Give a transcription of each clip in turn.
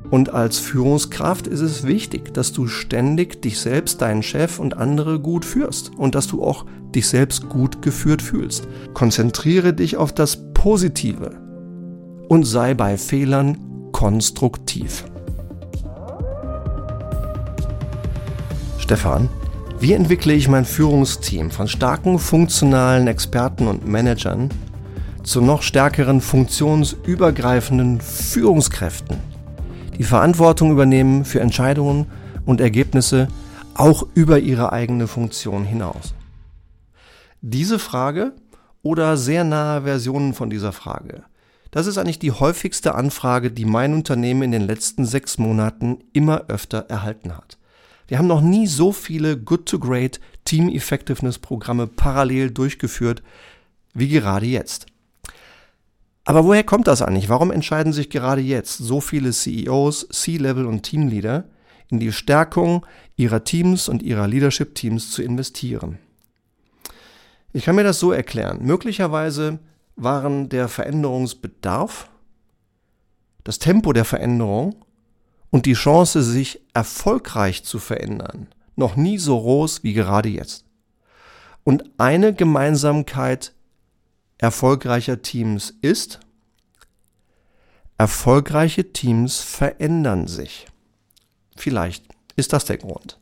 Und als Führungskraft ist es wichtig, dass du ständig dich selbst, deinen Chef und andere gut führst und dass du auch dich selbst gut geführt fühlst. Konzentriere dich auf das Positive und sei bei Fehlern konstruktiv. Stefan, wie entwickle ich mein Führungsteam von starken funktionalen Experten und Managern zu noch stärkeren funktionsübergreifenden Führungskräften, die Verantwortung übernehmen für Entscheidungen und Ergebnisse auch über ihre eigene Funktion hinaus? Diese Frage oder sehr nahe Versionen von dieser Frage, das ist eigentlich die häufigste Anfrage, die mein Unternehmen in den letzten 6 Monaten immer öfter erhalten hat. Wir haben noch nie so viele Good-to-Great Team Effectiveness Programme parallel durchgeführt wie gerade jetzt. Aber woher kommt das eigentlich? Warum entscheiden sich gerade jetzt so viele CEOs, C-Level und Teamleader in die Stärkung ihrer Teams und ihrer Leadership-Teams zu investieren? Ich kann mir das so erklären. Möglicherweise waren der Veränderungsbedarf, das Tempo der Veränderung und die Chance, sich erfolgreich zu verändern, noch nie so groß wie gerade jetzt. Und eine Gemeinsamkeit erfolgreicher Teams ist, erfolgreiche Teams verändern sich. Vielleicht ist das der Grund.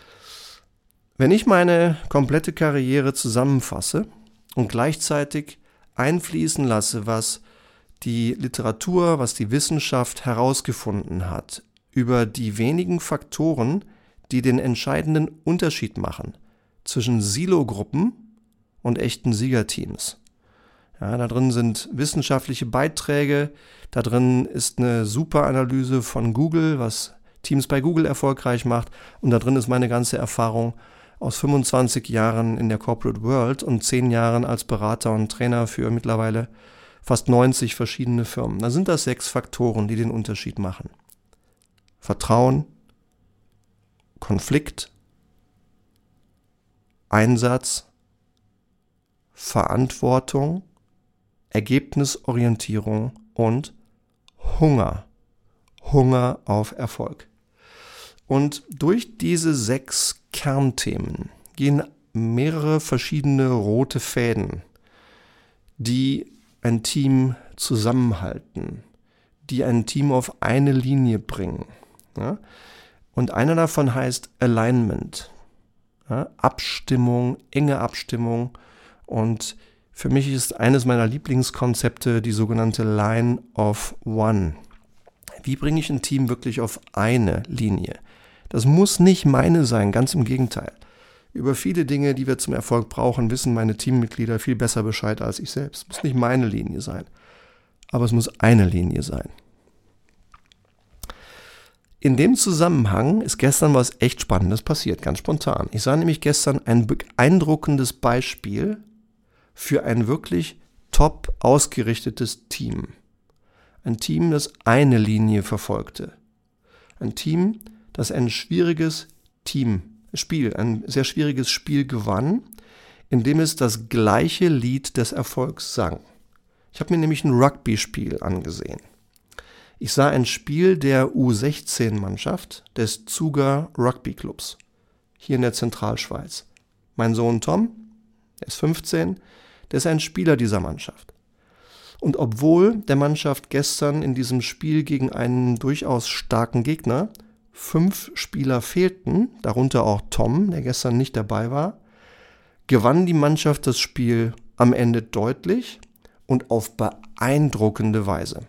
Wenn ich meine komplette Karriere zusammenfasse und gleichzeitig einfließen lasse, was die Literatur, was die Wissenschaft herausgefunden hat, über die wenigen Faktoren, die den entscheidenden Unterschied machen zwischen Silo-Gruppen und echten Siegerteams. Ja, da drin sind wissenschaftliche Beiträge, da drin ist eine super Analyse von Google, was Teams bei Google erfolgreich macht, und da drin ist meine ganze Erfahrung aus 25 Jahren in der Corporate World und 10 Jahren als Berater und Trainer für mittlerweile fast 90 verschiedene Firmen. Da sind das 6 Faktoren, die den Unterschied machen. Vertrauen, Konflikt, Einsatz, Verantwortung, Ergebnisorientierung und Hunger. Hunger auf Erfolg. Und durch diese 6 Kernthemen gehen mehrere verschiedene rote Fäden, die ein Team zusammenhalten, die ein Team auf eine Linie bringen. Ja? Und einer davon heißt Alignment. Ja? Abstimmung, enge Abstimmung. Und für mich ist eines meiner Lieblingskonzepte die sogenannte Line of One. Wie bringe ich ein Team wirklich auf eine Linie? Das muss nicht meine sein, ganz im Gegenteil. Über viele Dinge, die wir zum Erfolg brauchen, wissen meine Teammitglieder viel besser Bescheid als ich selbst. Es muss nicht meine Linie sein, aber es muss eine Linie sein. In dem Zusammenhang ist gestern was echt Spannendes passiert, ganz spontan. Ich sah nämlich gestern ein beeindruckendes Beispiel für ein wirklich top ausgerichtetes Team. Ein Team, das eine Linie verfolgte. Ein Team, das ein sehr schwieriges Spiel gewann, in dem es das gleiche Lied des Erfolgs sang. Ich habe mir nämlich ein Rugby-Spiel angesehen. Ich sah ein Spiel der U16-Mannschaft des Zuger Rugby Clubs hier in der Zentralschweiz. Mein Sohn Tom, der ist 15, der ist ein Spieler dieser Mannschaft. Und obwohl der Mannschaft gestern in diesem Spiel gegen einen durchaus starken Gegner 5 Spieler fehlten, darunter auch Tom, der gestern nicht dabei war, gewann die Mannschaft das Spiel am Ende deutlich und auf beeindruckende Weise.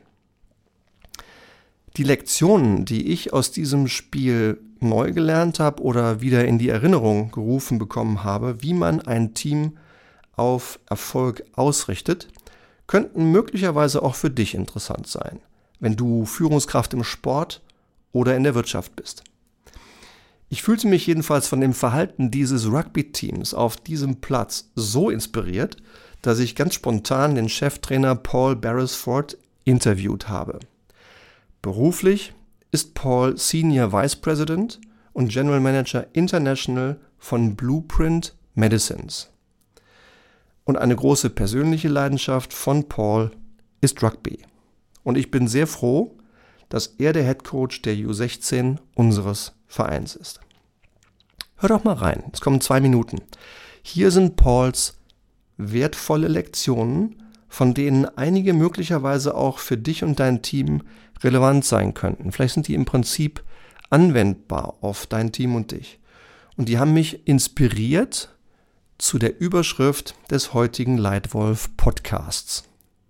Die Lektionen, die ich aus diesem Spiel neu gelernt habe oder wieder in die Erinnerung gerufen bekommen habe, wie man ein Team auf Erfolg ausrichtet, könnten möglicherweise auch für dich interessant sein, wenn du Führungskraft im Sport oder in der Wirtschaft bist. Ich fühlte mich jedenfalls von dem Verhalten dieses Rugby-Teams auf diesem Platz so inspiriert, dass ich ganz spontan den Cheftrainer Paul Beresford interviewt habe. Beruflich ist Paul Senior Vice President und General Manager International von Blueprint Medicines. Und eine große persönliche Leidenschaft von Paul ist Rugby. Und ich bin sehr froh, dass er der Headcoach der U16 unseres Vereins ist. Hör doch mal rein, es kommen 2 Minuten. Hier sind Pauls wertvolle Lektionen, von denen einige möglicherweise auch für dich und dein Team relevant sein könnten. Vielleicht sind die im Prinzip anwendbar auf dein Team und dich. Und die haben mich inspiriert zu der Überschrift des heutigen Leitwolf-Podcasts.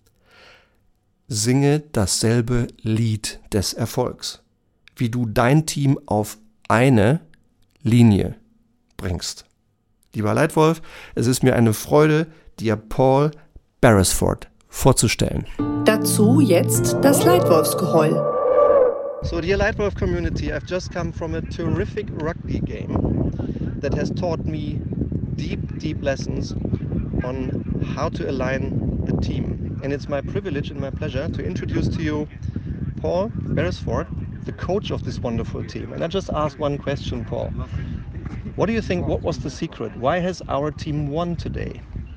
Singe dasselbe Lied des Erfolgs, wie du dein Team auf eine Linie bringst. Lieber Leitwolf, es ist mir eine Freude, dir Paul Beresford vorzustellen. Dazu jetzt das Leitwolfsgeheul. So, dear Leitwolf community, I've just come from a terrific rugby game that has taught me deep lessons on how to align a team. And it's my privilege and my pleasure to introduce to you Paul Beresford, the coach of this wonderful team. And I just ask one question, Paul. What do you think, what was the secret? Why has our team won today?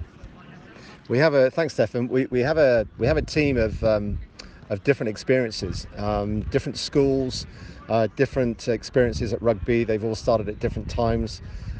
Thanks, Stefan. We have a team of different experiences, different schools, different experiences at rugby. They've all started at different times.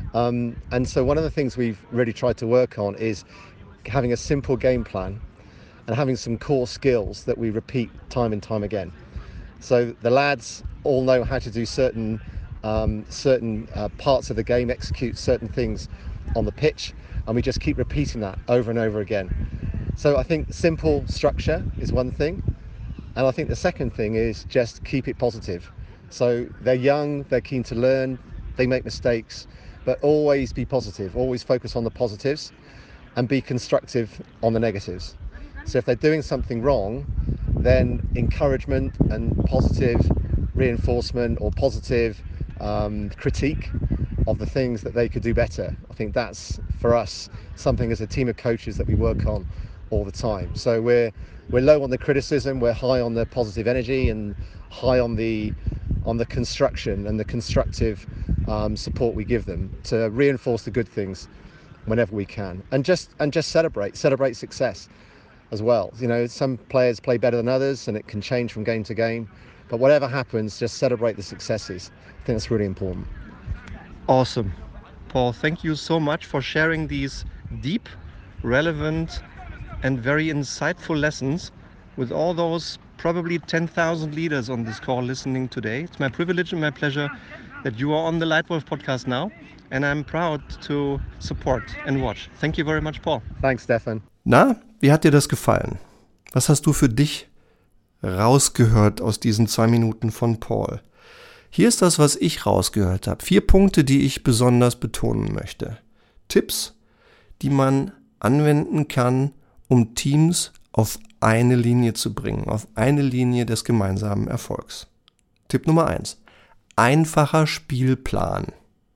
And so one of the things we've really tried to work on is having a simple game plan and having some core skills that we repeat time and time again. So the lads all know how to do certain parts of the game, execute certain things on the pitch, and we just keep repeating that over and over again. So I think simple structure is one thing, and I think the second thing is just keep it positive. So they're young, they're keen to learn, they make mistakes, but always be positive, always focus on the positives and be constructive on the negatives. So if they're doing something wrong, then encouragement and positive reinforcement or positive critique of the things that they could do better. I think that's, for us, something as a team of coaches that we work on all the time. So we're low on the criticism, we're high on the positive energy and high on the construction and the constructive support we give them to reinforce the good things whenever we can, and just celebrate success as well. You know, some players play better than others and it can change from game to game, but whatever happens, just celebrate the successes. I think that's really important. Awesome. Paul, thank you so much for sharing these deep, relevant and very insightful lessons with all those probably 10,000 leaders on this call listening today. It's my privilege and my pleasure that you are on the Leitwolf podcast now, and I'm proud to support and watch. Thank you very much, Paul. Thanks, Stefan. Na, wie hat dir das gefallen? Was hast du für dich rausgehört aus diesen 2 Minuten von Paul? Hier ist das, was ich rausgehört habe. 4 Punkte, die ich besonders betonen möchte. Tipps, die man anwenden kann, um Teams auf eine Linie zu bringen, auf eine Linie des gemeinsamen Erfolgs. Tipp Nummer 1. Einfacher Spielplan.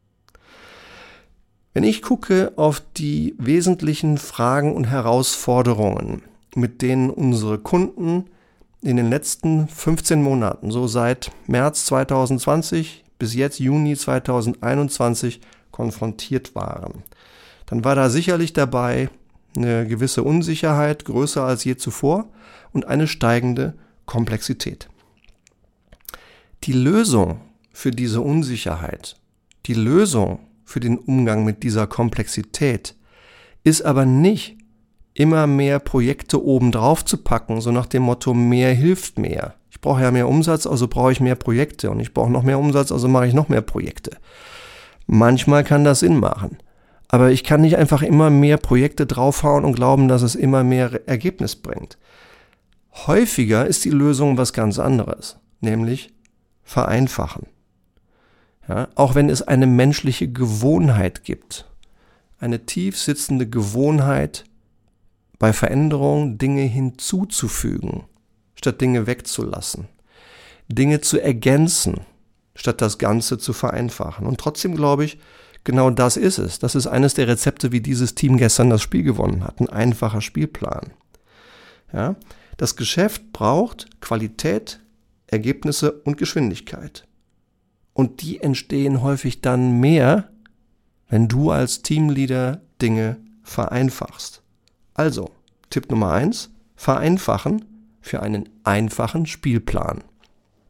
Wenn ich gucke auf die wesentlichen Fragen und Herausforderungen, mit denen unsere Kunden in den letzten 15 Monaten, so seit März 2020 bis jetzt Juni 2021 konfrontiert waren, dann war da sicherlich dabei eine gewisse Unsicherheit, größer als je zuvor, und eine steigende Komplexität. Die Lösung für diese Unsicherheit, die Lösung für den Umgang mit dieser Komplexität ist aber nicht immer mehr Projekte obendrauf zu packen, so nach dem Motto, mehr hilft mehr. Ich brauche ja mehr Umsatz, also brauche ich mehr Projekte, und ich brauche noch mehr Umsatz, also mache ich noch mehr Projekte. Manchmal kann das Sinn machen, aber ich kann nicht einfach immer mehr Projekte draufhauen und glauben, dass es immer mehr Ergebnis bringt. Häufiger ist die Lösung was ganz anderes, nämlich vereinfachen. Ja, auch wenn es eine menschliche Gewohnheit gibt, eine tief sitzende Gewohnheit, bei Veränderungen Dinge hinzuzufügen, statt Dinge wegzulassen, Dinge zu ergänzen, statt das Ganze zu vereinfachen. Und trotzdem glaube ich, genau das ist es. Das ist eines der Rezepte, wie dieses Team gestern das Spiel gewonnen hat. Ein einfacher Spielplan. Ja, das Geschäft braucht Qualität, Ergebnisse und Geschwindigkeit. Und die entstehen häufig dann mehr, wenn du als Teamleader Dinge vereinfachst. Also, Tipp Nummer 1, vereinfachen für einen einfachen Spielplan.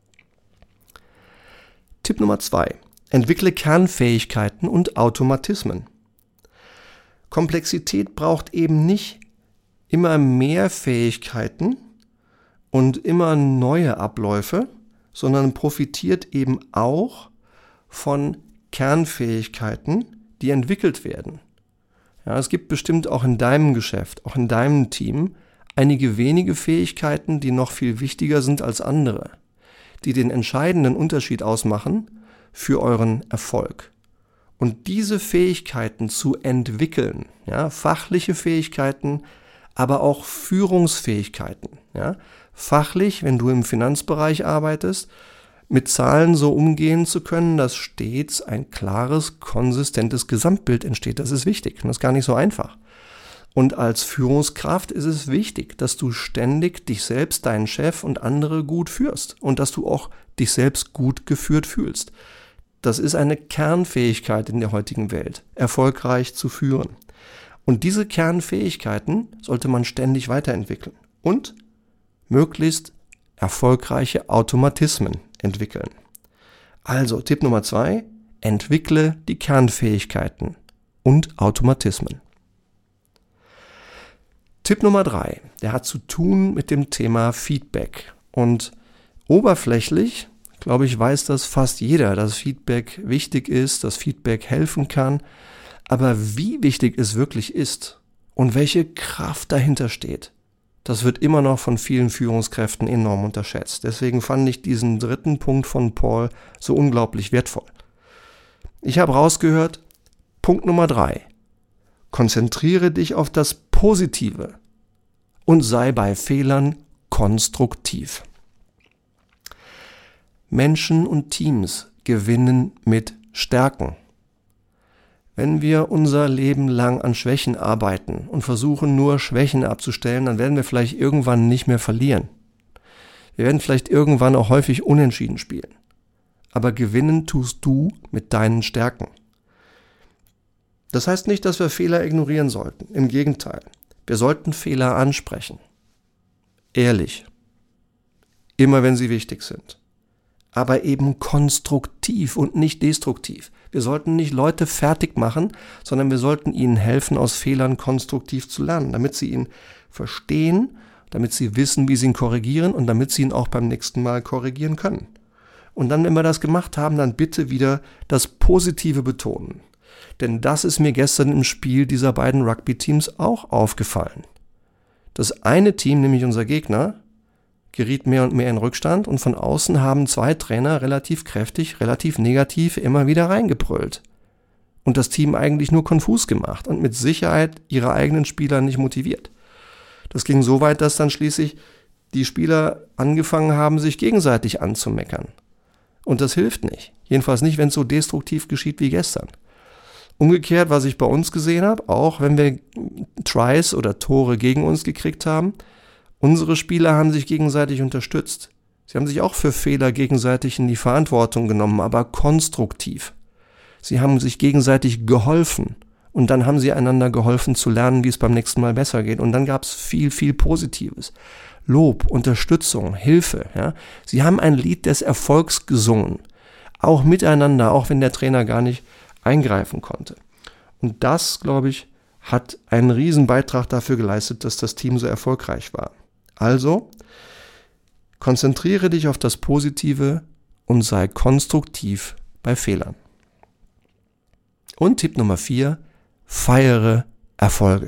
Tipp Nummer 2. Entwickle Kernfähigkeiten und Automatismen. Komplexität braucht eben nicht immer mehr Fähigkeiten und immer neue Abläufe, sondern profitiert eben auch von Kernfähigkeiten, die entwickelt werden. Ja, es gibt bestimmt auch in deinem Geschäft, auch in deinem Team, einige wenige Fähigkeiten, die noch viel wichtiger sind als andere, die den entscheidenden Unterschied ausmachen für euren Erfolg. Und diese Fähigkeiten zu entwickeln, ja, fachliche Fähigkeiten, aber auch Führungsfähigkeiten. Ja. Fachlich, wenn du im Finanzbereich arbeitest, mit Zahlen so umgehen zu können, dass stets ein klares, konsistentes Gesamtbild entsteht. Das ist wichtig und das ist gar nicht so einfach. Und als Führungskraft ist es wichtig, dass du ständig dich selbst, deinen Chef und andere gut führst und dass du auch dich selbst gut geführt fühlst. Das ist eine Kernfähigkeit in der heutigen Welt, erfolgreich zu führen. Und diese Kernfähigkeiten sollte man ständig weiterentwickeln und möglichst erfolgreiche Automatismen entwickeln. Also Tipp Nummer 2, entwickle die Kernfähigkeiten und Automatismen. Tipp Nummer 3, der hat zu tun mit dem Thema Feedback. Und oberflächlich, glaube ich, weiß das fast jeder, dass Feedback wichtig ist, dass Feedback helfen kann. Aber wie wichtig es wirklich ist und welche Kraft dahinter steht, das wird immer noch von vielen Führungskräften enorm unterschätzt. Deswegen fand ich diesen 3. Punkt von Paul so unglaublich wertvoll. Ich habe rausgehört, Punkt Nummer 3, konzentriere dich auf das Positive und sei bei Fehlern konstruktiv. Menschen und Teams gewinnen mit Stärken. Wenn wir unser Leben lang an Schwächen arbeiten und versuchen nur Schwächen abzustellen, dann werden wir vielleicht irgendwann nicht mehr verlieren. Wir werden vielleicht irgendwann auch häufig unentschieden spielen. Aber gewinnen tust du mit deinen Stärken. Das heißt nicht, dass wir Fehler ignorieren sollten. Im Gegenteil, wir sollten Fehler ansprechen. Ehrlich. Immer wenn sie wichtig sind. Aber eben konstruktiv und nicht destruktiv. Wir sollten nicht Leute fertig machen, sondern wir sollten ihnen helfen, aus Fehlern konstruktiv zu lernen, damit sie ihn verstehen, damit sie wissen, wie sie ihn korrigieren und damit sie ihn auch beim nächsten Mal korrigieren können. Und dann, wenn wir das gemacht haben, dann bitte wieder das Positive betonen. Denn das ist mir gestern im Spiel dieser beiden Rugby-Teams auch aufgefallen. Das eine Team, nämlich unser Gegner, geriet mehr und mehr in Rückstand und von außen haben 2 Trainer relativ kräftig, relativ negativ immer wieder reingebrüllt. Und das Team eigentlich nur konfus gemacht und mit Sicherheit ihre eigenen Spieler nicht motiviert. Das ging so weit, dass dann schließlich die Spieler angefangen haben, sich gegenseitig anzumeckern. Und das hilft nicht. Jedenfalls nicht, wenn es so destruktiv geschieht wie gestern. Umgekehrt, was ich bei uns gesehen habe, auch wenn wir Tries oder Tore gegen uns gekriegt haben, unsere Spieler haben sich gegenseitig unterstützt. Sie haben sich auch für Fehler gegenseitig in die Verantwortung genommen, aber konstruktiv. Sie haben sich gegenseitig geholfen und dann haben sie einander geholfen zu lernen, wie es beim nächsten Mal besser geht. Und dann gab es viel, viel Positives. Lob, Unterstützung, Hilfe. Ja. Sie haben ein Lied des Erfolgs gesungen, auch miteinander, auch wenn der Trainer gar nicht eingreifen konnte. Und das, glaube ich, hat einen riesen Beitrag dafür geleistet, dass das Team so erfolgreich war. Also, konzentriere dich auf das Positive und sei konstruktiv bei Fehlern. Und Tipp Nummer 4, feiere Erfolge.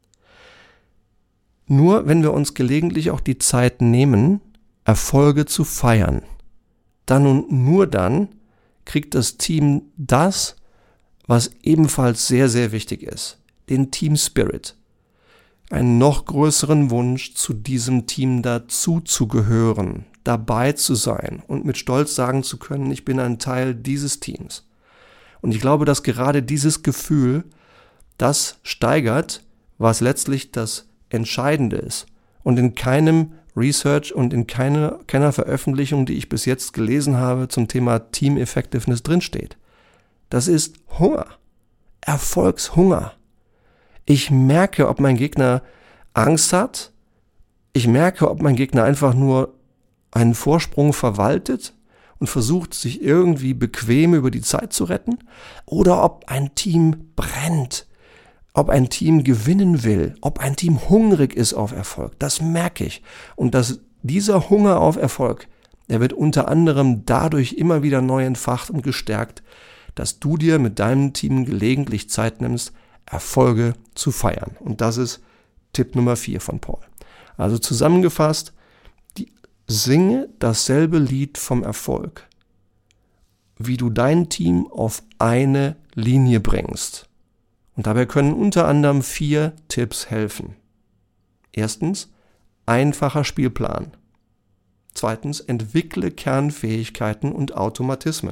Nur wenn wir uns gelegentlich auch die Zeit nehmen, Erfolge zu feiern, dann und nur dann kriegt das Team das, was ebenfalls sehr, sehr wichtig ist, den Team Spirit. Einen noch größeren Wunsch, zu diesem Team dazu zu gehören, dabei zu sein und mit Stolz sagen zu können, ich bin ein Teil dieses Teams. Und ich glaube, dass gerade dieses Gefühl, das steigert, was letztlich das Entscheidende ist. Und in keinem Research und in keiner Veröffentlichung, die ich bis jetzt gelesen habe, zum Thema Team Effectiveness drinsteht. Das ist Hunger. Erfolgshunger. Ich merke, ob mein Gegner Angst hat. Ich merke, ob mein Gegner einfach nur einen Vorsprung verwaltet und versucht, sich irgendwie bequem über die Zeit zu retten, oder ob ein Team brennt, ob ein Team gewinnen will, ob ein Team hungrig ist auf Erfolg. Das merke ich. Und dieser Hunger auf Erfolg, der wird unter anderem dadurch immer wieder neu entfacht und gestärkt, dass du dir mit deinem Team gelegentlich Zeit nimmst, Erfolge zu feiern. Und das ist Tipp Nummer 4 von Paul. Also zusammengefasst, singe dasselbe Lied vom Erfolg, wie du dein Team auf eine Linie bringst. Und dabei können unter anderem 4 Tipps helfen. Erstens, einfacher Spielplan. Zweitens, entwickle Kernfähigkeiten und Automatismen.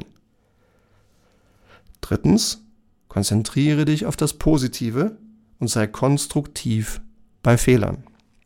Drittens, konzentriere dich auf das Positive und sei konstruktiv bei Fehlern.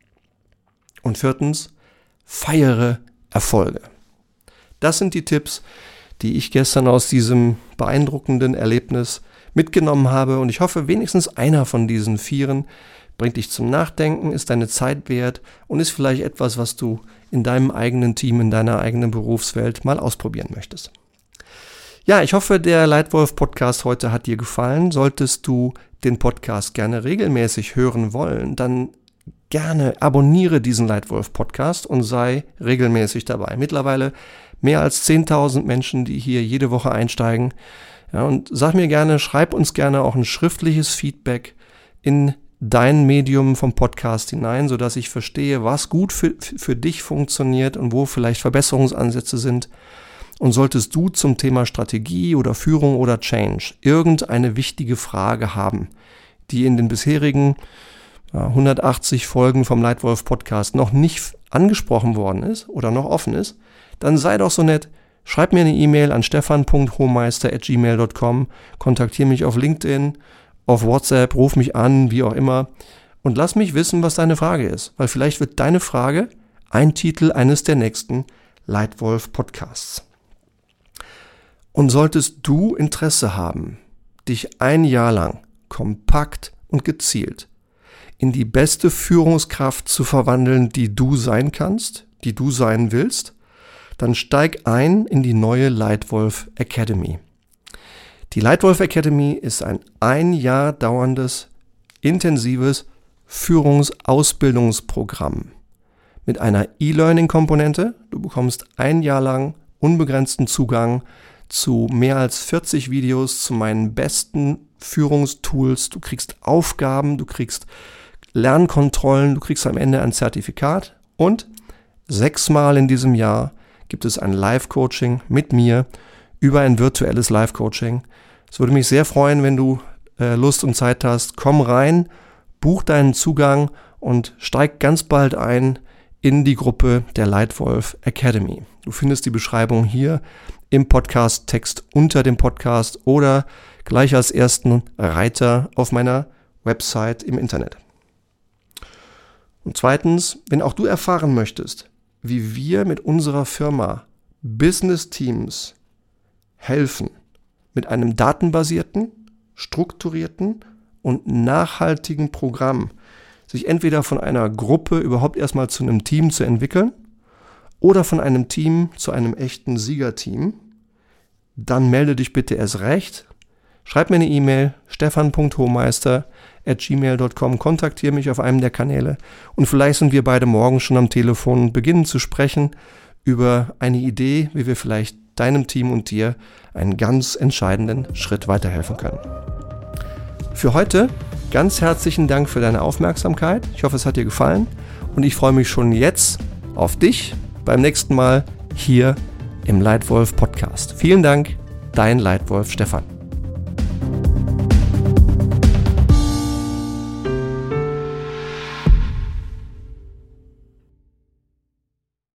Und viertens, feiere Erfolge. Das sind die Tipps, die ich gestern aus diesem beeindruckenden Erlebnis mitgenommen habe, und ich hoffe, wenigstens einer von diesen 4 bringt dich zum Nachdenken, ist deine Zeit wert und ist vielleicht etwas, was du in deinem eigenen Team, in deiner eigenen Berufswelt mal ausprobieren möchtest. Ja, ich hoffe, der Leitwolf-Podcast heute hat dir gefallen. Solltest du den Podcast gerne regelmäßig hören wollen, dann gerne abonniere diesen Leitwolf-Podcast und sei regelmäßig dabei. Mittlerweile mehr als 10.000 Menschen, die hier jede Woche einsteigen. Ja, und schreib uns gerne auch ein schriftliches Feedback in dein Medium vom Podcast hinein, sodass ich verstehe, was gut für dich funktioniert und wo vielleicht Verbesserungsansätze sind. Und solltest du zum Thema Strategie oder Führung oder Change irgendeine wichtige Frage haben, die in den bisherigen 180 Folgen vom Leitwolf Podcast noch nicht angesprochen worden ist oder noch offen ist, dann sei doch so nett, schreib mir eine E-Mail an stefan.hohmeister@gmail.com, kontaktiere mich auf LinkedIn, auf WhatsApp, ruf mich an, wie auch immer, und lass mich wissen, was deine Frage ist, weil vielleicht wird deine Frage ein Titel eines der nächsten Leitwolf Podcasts. Und solltest du Interesse haben, dich ein Jahr lang kompakt und gezielt in die beste Führungskraft zu verwandeln, die du sein kannst, die du sein willst, dann steig ein in die neue Leitwolf Academy. Die Leitwolf Academy ist ein Jahr dauerndes, intensives Führungsausbildungsprogramm mit einer E-Learning-Komponente. Du bekommst ein Jahr lang unbegrenzten Zugang zu mehr als 40 Videos, zu meinen besten Führungstools. Du kriegst Aufgaben, du kriegst Lernkontrollen, du kriegst am Ende ein Zertifikat, und 6-mal in diesem Jahr gibt es ein Live-Coaching mit mir über ein virtuelles Live-Coaching. Es würde mich sehr freuen, wenn du Lust und Zeit hast. Komm rein, buch deinen Zugang und steig ganz bald ein in die Gruppe der Leitwolf Academy. Du findest die Beschreibung hier im Podcast-Text unter dem Podcast oder gleich als ersten Reiter auf meiner Website im Internet. Und zweitens, wenn auch du erfahren möchtest, wie wir mit unserer Firma Business Teams helfen, mit einem datenbasierten, strukturierten und nachhaltigen Programm sich entweder von einer Gruppe überhaupt erstmal zu einem Team zu entwickeln oder von einem Team zu einem echten Siegerteam, dann melde dich bitte erst recht. Schreib mir eine E-Mail, stefan.hohmeister@gmail.com, kontaktiere mich auf einem der Kanäle und vielleicht sind wir beide morgen schon am Telefon und beginnen zu sprechen über eine Idee, wie wir vielleicht deinem Team und dir einen ganz entscheidenden Schritt weiterhelfen können. Für heute ganz herzlichen Dank für deine Aufmerksamkeit. Ich hoffe, es hat dir gefallen und ich freue mich schon jetzt auf dich beim nächsten Mal hier im Leitwolf Podcast. Vielen Dank, dein Leitwolf Stefan.